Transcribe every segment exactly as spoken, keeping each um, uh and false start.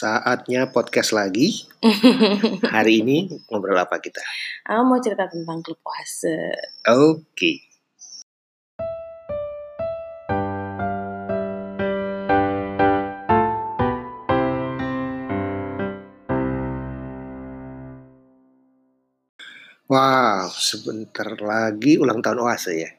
Saatnya podcast lagi. Hari ini ngobrol apa kita? Aku mau cerita tentang klub Oase. Oke. Okay. Wow, sebentar lagi ulang tahun Oase ya.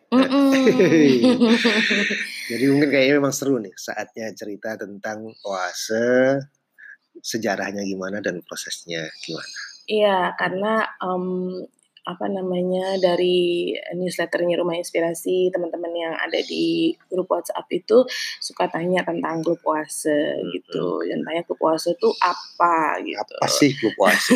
Jadi mungkin kayaknya memang seru nih saatnya cerita tentang Oase, sejarahnya gimana dan prosesnya gimana. Iya, karena um, apa namanya dari newsletternya Rumah Inspirasi, teman-teman yang ada di grup WhatsApp itu suka tanya tentang klub Oase hmm. gitu, dan tanya klub Oase itu apa gitu. Apa sih klub Oase?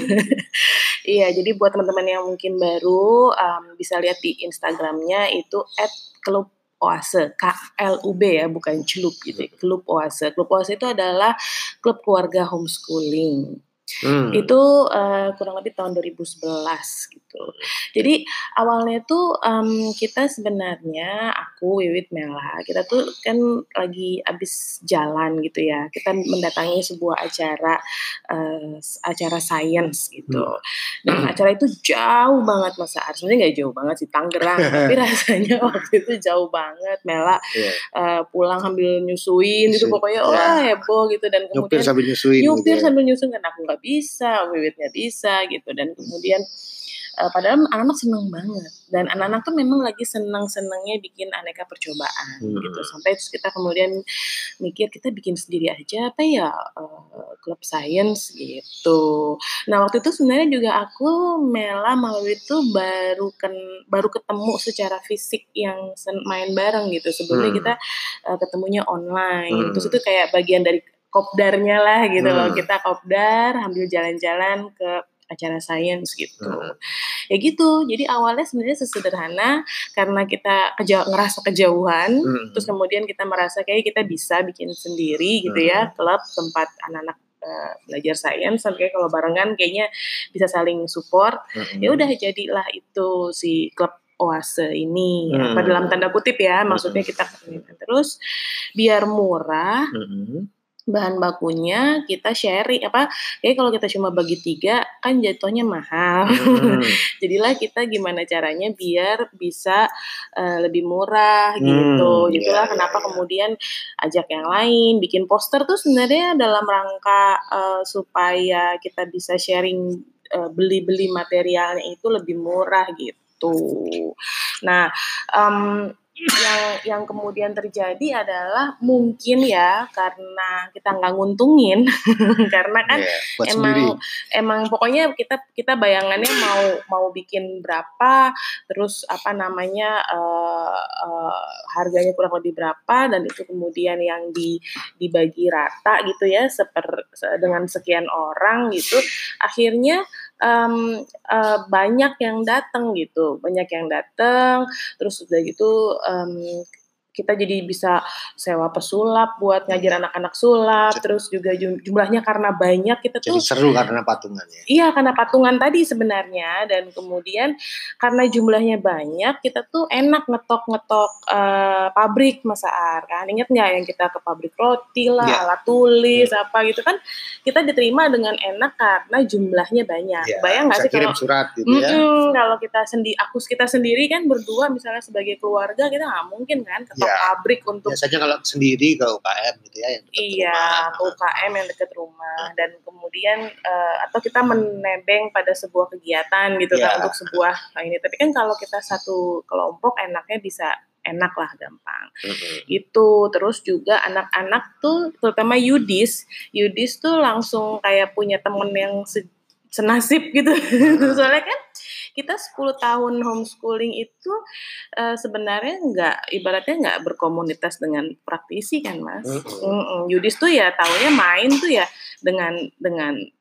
Iya, jadi buat teman-teman yang mungkin baru um, bisa lihat di Instagramnya itu at klub Oase, K L U B ya, bukan celup gitu. Klub Oase. Klub Oase itu adalah klub keluarga homeschooling. Hmm. Itu uh, kurang lebih tahun dua ribu sebelas gitu. Jadi awalnya tuh um, kita sebenarnya aku Wiwit Mela kita tuh kan lagi abis jalan gitu ya. Kita mendatangi sebuah acara uh, acara sains gitu. Dan acara itu jauh banget Mas Aar. Sebenarnya nggak jauh banget sih, Tangerang, tapi rasanya waktu itu jauh banget. Mela yeah. uh, pulang sambil nyusuin gitu, pokoknya wah yeah. heboh gitu. Dan kemudian nyupir sambil nyusuin, nyupir gitu ya. sambil nyusuin kan aku nggak bisa, Wiwit nggak bisa gitu. Dan kemudian uh, padahal anak-anak seneng banget, dan anak-anak tuh memang lagi seneng-senengnya bikin aneka percobaan hmm. gitu. Sampai terus kita kemudian mikir kita bikin sendiri aja apa ya, uh, klub sains gitu. Nah waktu itu sebenarnya juga aku Mela Mawi itu baru kan baru ketemu secara fisik yang sen- main bareng gitu. Sebelumnya hmm. kita uh, ketemunya online. Hmm. Terus itu kayak bagian dari kopdarnya lah gitu hmm. loh. Kita kopdar sambil jalan-jalan ke acara sains gitu. Hmm. Ya gitu. Jadi awalnya sebenarnya sesederhana karena kita keja- ngerasa kejauhan, hmm. terus kemudian kita merasa kayak kita bisa bikin sendiri gitu ya, klub tempat anak-anak uh, belajar sains, sampai kalau barengan kayaknya bisa saling support. Hmm. Ya udah jadilah itu si klub Oase ini, hmm. apa dalam tanda kutip ya, maksudnya kita terus biar murah. Hmm. Bahan bakunya kita sharing apa kayak kalau kita cuma bagi tiga kan jatuhnya mahal. Hmm. Jadilah kita gimana caranya biar bisa uh, lebih murah gitu. Hmm, Itulah yeah, kenapa yeah, kemudian ajak yang lain bikin poster tuh sebenarnya dalam rangka uh, supaya kita bisa sharing uh, beli-beli materialnya itu lebih murah gitu. Nah, um, yang yang kemudian terjadi adalah mungkin ya karena kita nggak nguntungin karena kan yeah, emang sendiri. emang pokoknya kita kita bayangannya mau mau bikin berapa, terus apa namanya uh, uh, harganya kurang lebih berapa, dan itu kemudian yang di dibagi rata gitu ya seper dengan sekian orang gitu, akhirnya Um, uh, banyak yang datang gitu, banyak yang datang, terus udah gitu um, kita jadi bisa sewa pesulap buat ngajar anak-anak sulap, jadi, terus juga jumlahnya karena banyak kita jadi tuh seru karena patungan ya. Iya karena patungan tadi sebenarnya, dan kemudian karena jumlahnya banyak kita tuh enak ngetok-ngetok uh, pabrik Mas Aar kan, ingat nggak yang kita ke pabrik roti lah, ya. Alat tulis ya. Apa gitu kan kita diterima dengan enak karena jumlahnya banyak. Ya, bayang nggak sih kalau surat gitu ya? Kalau kita sendiri, aku kita sendiri kan berdua misalnya sebagai keluarga kita nggak mungkin kan ketok ya. Pabrik untuk biasanya kalau sendiri ke U K M gitu ya yang dekat iya rumah. Ke U K M yang dekat rumah hmm. dan kemudian uh, atau kita menebeng pada sebuah kegiatan gitu yeah. kan untuk sebuah nah ini. Tapi kan kalau kita satu kelompok enaknya bisa enak lah, gampang. Mm-hmm. Itu terus juga anak-anak tuh terutama Yudis, Yudis tuh langsung kayak punya temen yang se- senasib gitu. Mm-hmm. Soalnya kan kita sepuluh tahun homeschooling itu uh, sebenarnya nggak, ibaratnya nggak berkomunitas dengan praktisi kan Mas. Mm-hmm. Mm-hmm. Yudis tuh ya taunya main tuh ya dengan dengan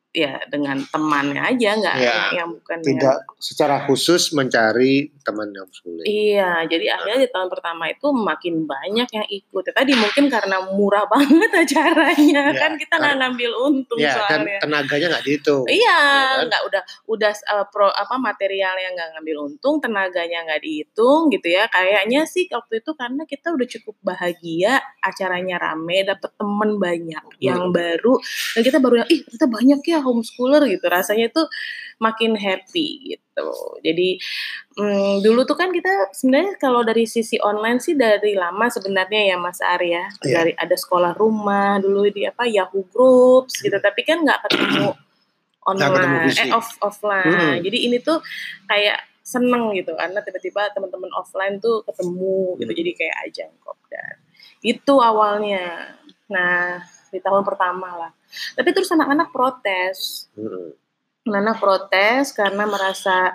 ya dengan temannya aja, nggak Ya, nggak yang bukan tidak dengan secara khusus mencari teman homeschooling. Iya, jadi akhirnya di tahun pertama itu makin banyak yang ikut. Ya tadi mungkin karena murah banget acaranya, Ya, kan kita kar nggak ngambil untung ya, dan soalnya. tenaganya nggak dihitung, Iya, ya kan? nggak udah udah eee, pro apa, materialnya nggak ngambil untung, tenaganya nggak dihitung gitu ya. Kayaknya sih waktu itu karena kita udah cukup bahagia, acaranya rame, dapet temen banyak yang Mhm. baru, dan kita baru yang, "Ih, ternyata banyak ya homeschooler," gitu. Rasanya itu makin happy gitu. Jadi, mmm, dulu tuh kan kita sebenarnya kalau dari sisi online sih dari lama sebenarnya ya Mas Arya, Iya. dari ada sekolah rumah dulu di apa, Yahoo Groups gitu, tapi kan nggak ketemu Nggak ketemu online, eh fisik. off offline. Mhm. Jadi ini tuh kayak seneng gitu karena tiba-tiba teman-teman offline tuh ketemu gitu, Mhm. jadi kayak ajang kopdar. Itu awalnya. Nah, di tahun pertama lah. Tapi terus anak-anak protes. Mhm. Anak-anak protes karena merasa,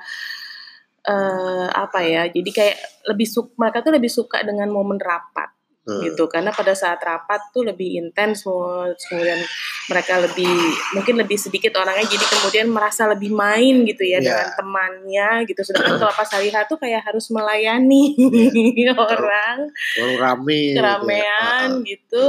eee, apa ya, jadi kayak lebih suk mereka tuh lebih suka dengan momen rapat Mhm. gitu. Karena pada saat rapat tuh lebih intens, mo kemudian mereka lebih mungkin lebih sedikit orangnya, jadi kemudian merasa lebih main gitu ya dengan Iya. temannya gitu. Sedangkan kalau pas hari H tuh kayak harus melayani Iya. Terlalu orang, terlalu rame gitu ya. keramaian Heeh. gitu.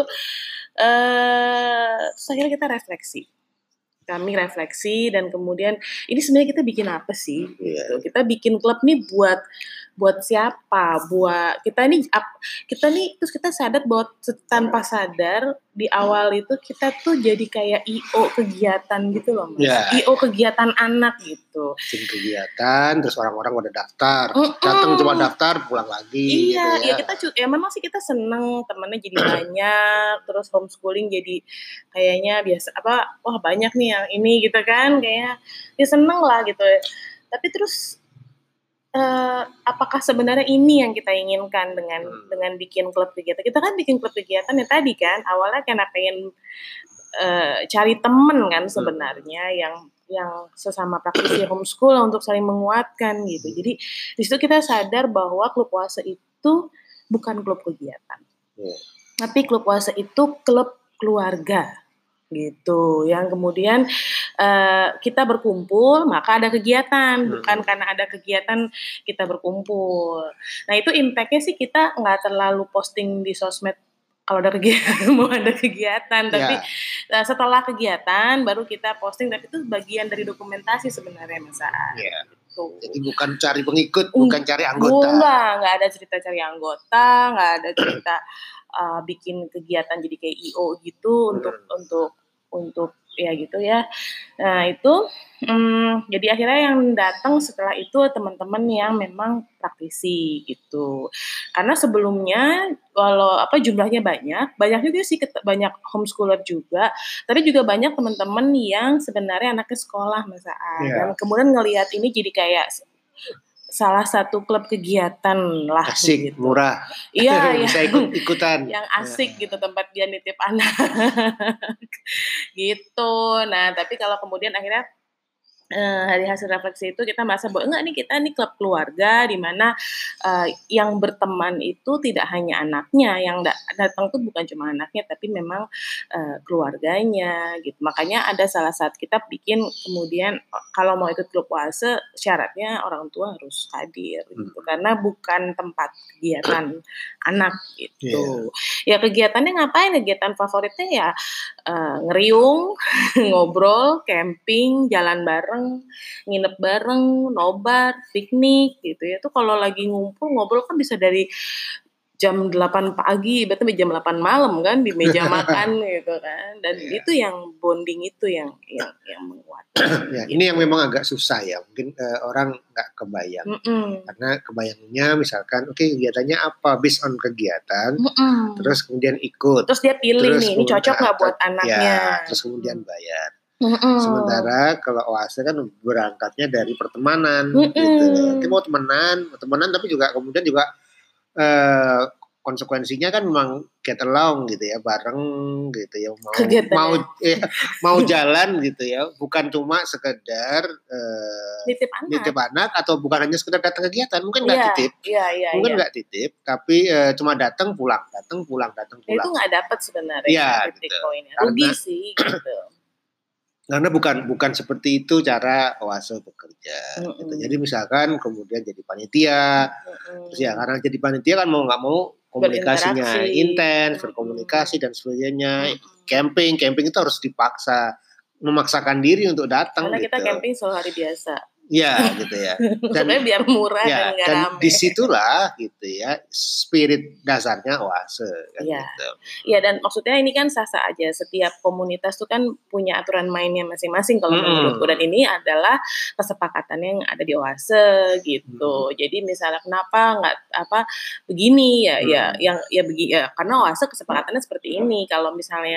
Eee, terus akhirnya kita refleksi. Kami refleksi dan kemudian, ini sebenarnya kita bikin apa sih gitu. Iya. Kita bikin klub nih buat buat siapa, buat kita nih ap kita nih terus kita sadar bahwa se tanpa sadar di awal itu kita tuh jadi kayak I O kegiatan gitu loh Mas, Iya. I O kegiatan anak gitu. Bikin kegiatan, terus orang-orang pada daftar, datang cuma Mhm. daftar pulang lagi gitu Iya, ya ya. kita cu ya memang sih kita seneng temennya jadi banyak, terus homeschooling jadi kayaknya biasa apa, wah banyak nih yang ini gitu kan, kayaknya ya seneng lah gitu. Tapi terus, eee, apakah sebenarnya ini yang kita inginkan dengan Hmm. dengan bikin klub kegiatan? Kita kan bikin klub kegiatan ya tadi kan, awalnya karena pengen, eee, cari temen kan Hmm. sebenarnya yang yang sesama praktisi homeschool untuk saling menguatkan gitu. Jadi di situ kita sadar bahwa klub Oase itu bukan klub kegiatan. Iya. Tapi klub Oase itu klub keluarga gitu, yang kemudian, eee, kita berkumpul maka ada kegiatan, bukan Mhm. karena ada kegiatan kita berkumpul. Nah itu impact-nya sih kita nggak terlalu posting di sosmed kalau ada kegiatan, mau ada kegiatan, tapi, Iya. eee, setelah kegiatan baru kita posting, tapi itu bagian dari dokumentasi sebenarnya Mas Aan, Iya. gitu. Jadi bukan cari pengikut, Eng bukan cari anggota. enggak, nggak ada cerita cari anggota, nggak ada cerita, eee, bikin kegiatan jadi kayak I O gitu untuk Mhm. untuk untuk ya gitu ya. Nah itu, mmm, jadi akhirnya yang datang setelah itu teman-teman yang memang praktisi gitu. Karena sebelumnya walau apa, jumlahnya banyak, banyak juga sih ket banyak homeschooler juga, tapi juga banyak teman-teman yang sebenarnya anaknya sekolah Mas Aan, dan Iya. kemudian ngelihat ini jadi kayak s salah satu klub kegiatan lah Asik, gitu. murah, Iya, bisa yang ikut-ikutan. yang asik Heeh. gitu tempat dia nitip anak, gitu. Nah tapi kalau kemudian akhirnya, eee, dari hasil refleksi itu kita merasa bahwa enggak nih kita nih klub keluarga di mana, eee, yang berteman itu tidak hanya anaknya, yang da datang tuh bukan cuma anaknya, tapi memang, eee, keluarganya gitu. Makanya ada salah satu kita bikin kemudian e kalau mau ikut klub Oase syaratnya orang tua harus hadir gitu, Mhm. karena bukan tempat kegiatan anak Iya. gitu. Ya kegiatannya ngapain, kegiatan favoritnya ya, eee, ngeriung, ngobrol, camping, jalan bareng, nginep bareng, nobar, piknik gitu ya. Itu kalau lagi ngumpul ngobrol kan bisa dari jam delapan pagi, berarti sampai jam delapan malam kan di meja makan gitu kan, dan Iya. itu yang bonding itu yang yang yang menguatkan Ya ini yang gitu. memang agak susah ya, mungkin, eee, orang nggak kebayang. Mhm. Karena kebayangnya misalkan, oke kegiatannya apa, based on kegiatan, Mhm. terus kemudian ikut, Terus dia pilih terus nih, ini kemudian cocok heeh, nggak ter buat anaknya. ya, terus kemudian Mhm. bayar. Mhm. Sementara kalau Oase kan berangkatnya dari pertemanan gitu, nanti Mhm. mau temenan mau temenan tapi juga kemudian juga, eee, konsekuensinya kan memang get along gitu ya, bareng gitu ya, mau mau Kegiatannya. iya, mau jalan gitu ya, bukan cuma sekedar, eee, Nitip nitip anak. anak atau bukan hanya sekedar datang kegiatan, mungkin nggak Iya, titip iya iya mungkin iya. nggak titip, tapi, eee, cuma datang pulang datang pulang datang Ya itu pulang. nggak dapet sebenarnya Iya titik gitu, poinnya, rugi karena sih gitu. Karena bukan bukan seperti itu cara OASE bekerja. Mm-mm. Gitu. Jadi misalkan kemudian jadi panitia, Mm-mm. terus ya karena jadi panitia kan mau nggak mau komunikasinya Berinteraksi. intens, Mm-mm. berkomunikasi dan sebagainya. Mm-mm. Camping, camping itu harus dipaksa, memaksakan diri untuk datang. Karena gitu. kita camping selalu hari biasa. Ya gitu ya. Dan, supaya biar murah ya, dan nggak dan rame. disitulah gitu ya spirit dasarnya OASE kan Iya. gitu. Iya, dan maksudnya ini kan sah-sah aja. Setiap komunitas tuh kan punya aturan mainnya masing-masing kalau Mm-mm. menurutku. Dan ini adalah kesepakatan yang ada di OASE gitu. Mm-mm. Jadi misalnya kenapa nggak apa begini ya, ya Mm-mm. yang ya begini ya karena OASE kesepakatannya seperti ini. Kalau misalnya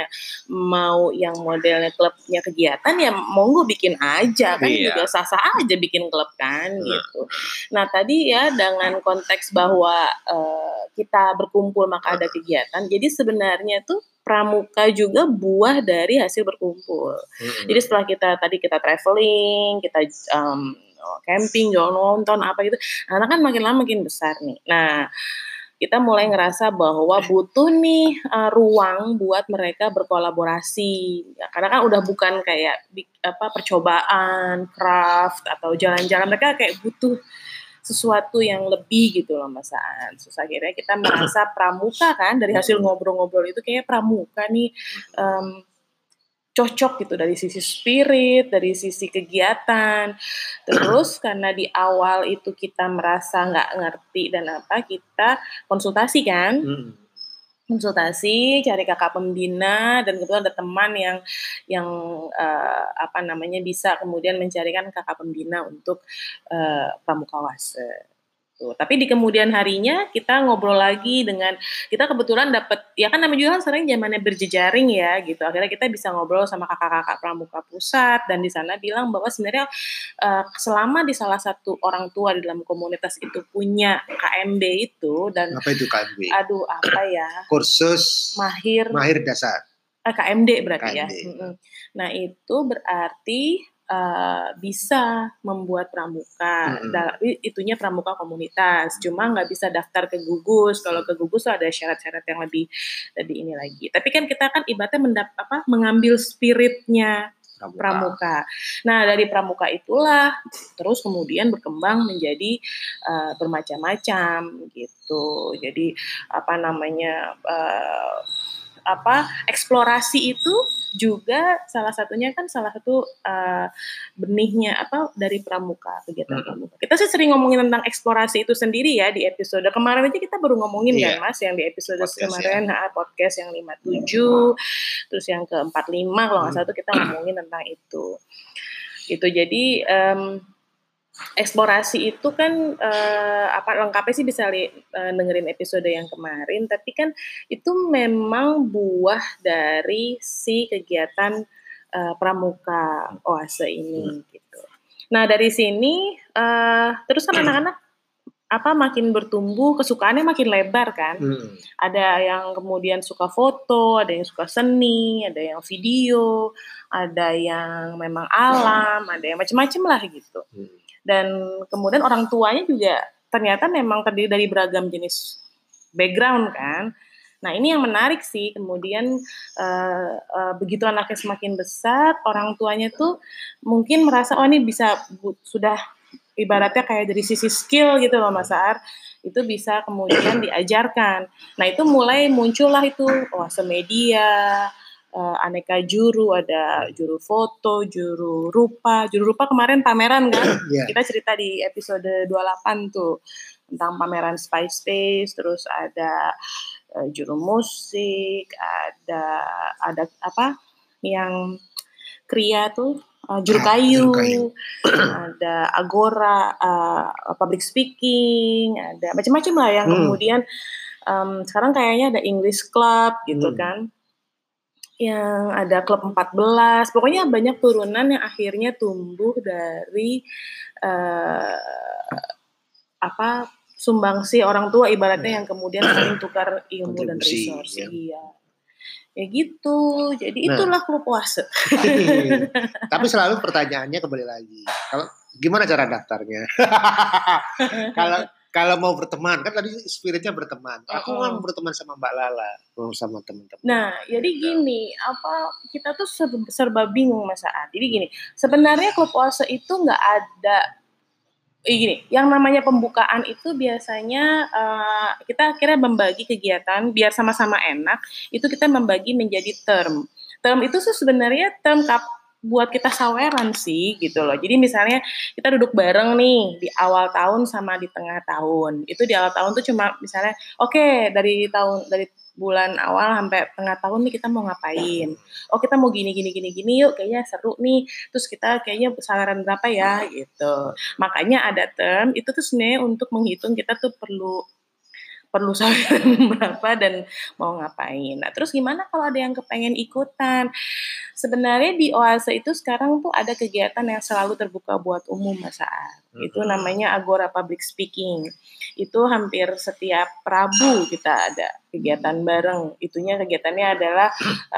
mau yang modelnya klubnya kegiatan ya monggo bikin aja kan, Iya. juga sah-sah aja bikin klub kan Mm. gitu. Nah tadi ya dengan konteks bahwa uh, kita berkumpul maka ada kegiatan. Jadi sebenarnya tuh pramuka juga buah dari hasil berkumpul. Mm-hmm. Jadi setelah kita tadi kita traveling, kita um, camping, jalan nonton apa gitu, anak kan makin lama makin besar nih. Nah kita mulai ngerasa bahwa butuh nih uh, ruang buat mereka berkolaborasi. Ya, karena kan udah bukan kayak apa percobaan, craft atau jalan-jalan, mereka kayak butuh sesuatu yang lebih gitu loh Mas Aan. Terus akhirnya kita merasa pramuka kan dari hasil ngobrol-ngobrol itu kayak pramuka nih um, cocok gitu dari sisi spirit, dari sisi kegiatan. Terus karena di awal itu kita merasa nggak ngerti dan apa, kita konsultasi kan. Hmm. konsultasi, cari kakak pembina, dan kebetulan ada teman yang yang uh, apa namanya bisa kemudian mencarikan kakak pembina untuk uh, pramuka OASE. Tuh. Tapi di kemudian harinya kita ngobrol lagi dengan, kita kebetulan dapat, ya kan namanya juga kan sekarang zamannya berjejaring ya gitu. Akhirnya kita bisa ngobrol sama kakak-kakak pramuka pusat dan di sana bilang bahwa sebenarnya uh, selama di salah satu orang tua di dalam komunitas itu punya K M B itu dan apa itu K M B? Aduh apa ya? Kursus mahir mahir dasar. Eh, K M D berarti K M D. Ya. Mm-hmm. Nah itu berarti uh, bisa membuat pramuka, mm-hmm. da- itunya pramuka komunitas. Cuma nggak bisa daftar ke gugus. Kalau ke gugus ada syarat-syarat yang lebih lebih ini lagi. Tapi kan kita kan ibaratnya mendap apa mengambil spiritnya pramuka. pramuka. Nah dari pramuka itulah terus kemudian berkembang menjadi uh, bermacam-macam gitu. Jadi apa namanya uh, apa eksplorasi itu juga salah satunya kan salah satu uh, benihnya apa dari pramuka, kegiatan hmm. pramuka. Kita sih sering ngomongin tentang eksplorasi itu sendiri ya di episode kemarin aja kita baru ngomongin yeah. kan Mas yang di episode podcast kemarin ya. ha, podcast yang lima puluh tujuh terus yang ke empat puluh lima kalau nggak hmm. salah itu kita ngomongin tentang itu. Itu jadi um, eksplorasi itu kan uh, apa lengkapnya sih bisa li, uh, dengerin episode yang kemarin, tapi kan itu memang buah dari si kegiatan uh, pramuka OASE ini hmm. gitu. Nah dari sini uh, terus kan anak-anak apa makin bertumbuh, kesukaannya makin lebar kan. Hmm. Ada yang kemudian suka foto, ada yang suka seni, ada yang video, ada yang memang alam, ada yang macam-macam lah gitu. Hmm. Dan kemudian orang tuanya juga ternyata memang terdiri dari beragam jenis background kan. Nah ini yang menarik sih, kemudian uh, uh, begitu anaknya semakin besar, orang tuanya tuh mungkin merasa oh ini bisa bu, sudah ibaratnya kayak dari sisi skill gitu loh Mas Aar, itu bisa kemudian diajarkan. Nah itu mulai muncullah itu OASE Media, Uh, aneka juru, ada juru foto, juru rupa. Juru rupa kemarin pameran kan? Yeah. Kita cerita di episode dua puluh delapan tuh tentang pameran Spice Space, terus ada uh, juru musik, ada ada apa yang Kria tuh uh, juru kayu, juru kayu. Ada Agora, uh, public speaking, ada macam-macam lah yang hmm. kemudian um, sekarang kayaknya ada English Club gitu hmm. kan. Yang ada klub empat belas, pokoknya banyak turunan yang akhirnya tumbuh dari uh, apa sumbangsi orang tua ibaratnya yang kemudian saling tukar ilmu dan resource. Ya. Iya. Ya gitu. Jadi nah, itulah klub OASE. Tapi selalu pertanyaannya kembali lagi. Kalau gimana cara daftarnya? Kalau kalau mau berteman, kan tadi spiritnya berteman. Aku Mm-mm. kan mau berteman sama Mbak Lala, mau sama teman-teman. Nah, jadi Gitu. gini, apa kita tuh ser- serba bingung Mas Saat. Jadi gini, sebenarnya klub puasa itu nggak ada eh, gini, yang namanya pembukaan itu biasanya uh, kita akhirnya membagi kegiatan biar sama-sama enak. Itu kita membagi menjadi term. Term itu tuh sebenarnya term kap buat kita saweran sih gitu loh. Jadi misalnya kita duduk bareng nih di awal tahun sama di tengah tahun. Itu di awal tahun tuh cuma misalnya oke okay, dari tahun dari bulan awal sampai tengah tahun nih kita mau ngapain. Oh kita mau gini gini gini gini yuk kayaknya seru nih. Terus kita kayaknya saweran berapa ya gitu. Makanya ada term itu tuh sebenarnya untuk menghitung kita tuh perlu perlu saweran berapa dan mau ngapain. Nah, terus gimana kalau ada yang kepengen ikutan? Sebenarnya di Oase itu sekarang tuh ada kegiatan yang selalu terbuka buat umum, Mas Saat. Itu namanya Agora Public Speaking. Itu hampir setiap Rabu kita ada kegiatan bareng. Itunya kegiatannya adalah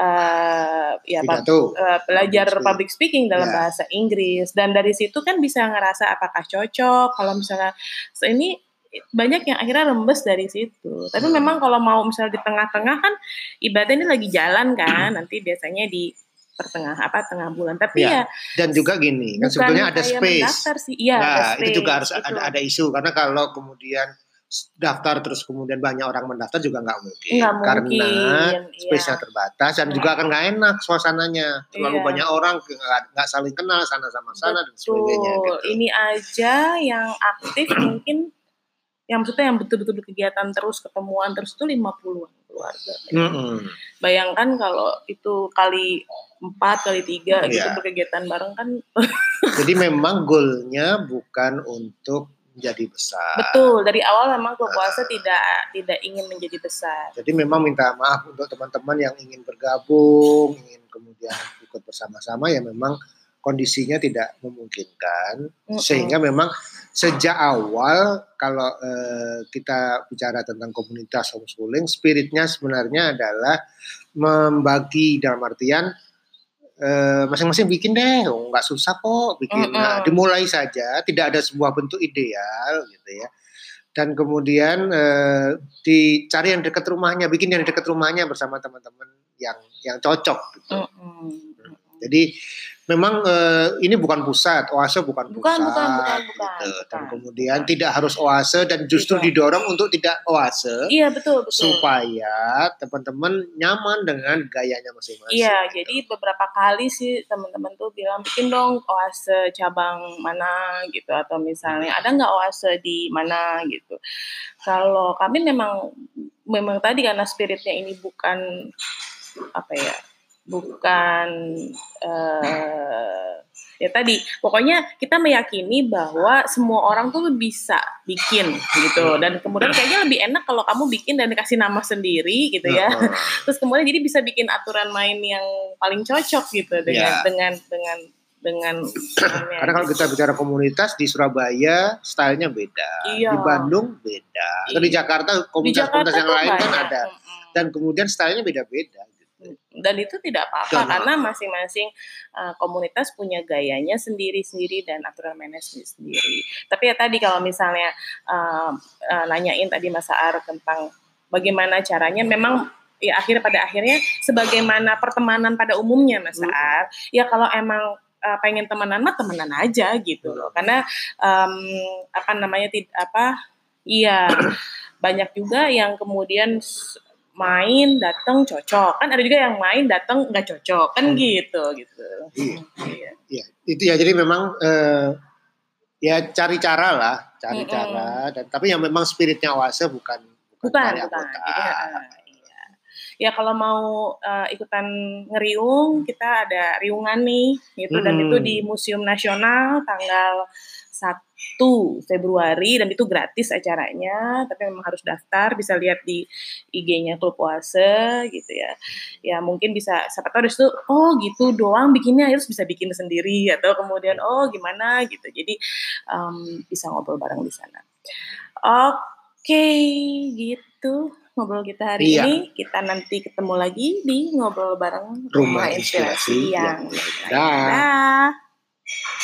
uh, ya pub, uh, belajar public speaking dalam yeah. bahasa Inggris. Dan dari situ kan bisa ngerasa apakah cocok. Kalau misalnya ini banyak yang akhirnya rembes dari situ. Tapi hmm. memang kalau mau misalnya di tengah-tengah kan ibaratnya ini lagi jalan kan, nanti biasanya di pertengah apa tengah bulan. Tapi ya, ya dan juga gini, kan sebetulnya ada space. Sih. Ya, nah, ada space. Itu juga harus itu. ada ada isu karena kalau kemudian daftar terus kemudian banyak orang mendaftar juga nggak mungkin. Nggak karena mungkin, space-nya ya. terbatas dan nah. juga akan nggak enak suasananya. Terlalu iya. banyak orang nggak saling kenal sana sama sana dan sebagainya. Gitu. Ini aja yang aktif mungkin yang maksudnya yang betul-betul kegiatan terus ketemuan terus itu lima puluhan keluarga. Mm-hmm. Bayangkan kalau itu kali empat kali tiga yeah. gitu berkegiatan bareng kan. Jadi memang goalnya bukan untuk menjadi besar. Betul, dari awal memang klub puasa nah. tidak tidak ingin menjadi besar. Jadi memang minta maaf untuk teman-teman yang ingin bergabung, ingin kemudian ikut bersama-sama ya memang kondisinya tidak memungkinkan, mm-hmm. sehingga memang sejak awal kalau eh, kita bicara tentang komunitas homeschooling, spiritnya sebenarnya adalah membagi dalam artian eh, masing-masing bikin deh, oh, nggak susah kok bikin, mm-hmm. nah, dimulai saja, tidak ada sebuah bentuk ideal gitu ya, dan kemudian eh, dicari yang dekat rumahnya, bikin yang dekat rumahnya bersama teman-teman yang yang cocok gitu. Mm-hmm. Jadi memang uh, ini bukan pusat, Oase bukan, bukan pusat, bukan, bukan, bukan, gitu. bukan, Dan kemudian bukan. tidak harus Oase dan justru tidak. didorong untuk tidak Oase. Iya betul, betul. Supaya teman-teman nyaman dengan gayanya masing-masing. Iya, gitu. jadi beberapa kali sih teman-teman tuh bilang bikin dong Oase cabang mana gitu atau misalnya hmm. ada nggak Oase di mana gitu. Kalau kami memang memang tadi karena spiritnya ini bukan apa ya. bukan uh, ya tadi pokoknya kita meyakini bahwa semua orang tuh bisa bikin gitu dan kemudian kayaknya lebih enak kalau kamu bikin dan dikasih nama sendiri gitu ya uh-huh. terus kemudian jadi bisa bikin aturan main yang paling cocok gitu dengan yeah. dengan dengan dengan karena kalau kita bicara komunitas di Surabaya stylenya beda, iya. di Bandung beda, iya. atau di Jakarta komunitas-komunitas yang lain banyak. Kan ada mm-hmm. dan kemudian stylenya beda-beda. Dan itu tidak apa-apa dan, karena masing-masing uh, komunitas punya gayanya sendiri-sendiri dan aturan mainnya sendiri-sendiri. Tapi ya tadi kalau misalnya uh, uh, nanyain tadi Mas Saar tentang bagaimana caranya, memang ya akhirnya pada akhirnya sebagaimana pertemanan pada umumnya Mas Saar, hmm. ya kalau emang uh, pengen temenan mah temenan aja gitu loh. Karena um, apa namanya tid- apa iya banyak juga yang kemudian main datang cocok, kan ada juga yang main datang nggak cocok kan hmm. gitu gitu. Iya. Iya, itu ya jadi memang eh, ya cari cara lah, cari mm-hmm. cara dan tapi yang memang spiritnya Oase bukan bukan, bukan, bukan. Jadi, uh, iya. Ya kalau mau uh, ikutan ngeriung kita ada riungan nih gitu hmm. dan itu di Museum Nasional tanggal satu Februari dan itu gratis acaranya, tapi memang harus daftar, bisa lihat di I G-nya Klub Oase gitu ya. Ya mungkin bisa, siapa tahu dari situ, oh gitu doang bikinnya, terus bisa bikin sendiri atau kemudian oh gimana gitu. Jadi um, bisa ngobrol bareng di sana. Oke, gitu ngobrol kita hari iya. ini. Kita nanti ketemu lagi di ngobrol bareng Rumah Inspirasi, Inspirasi yang lain. Dah.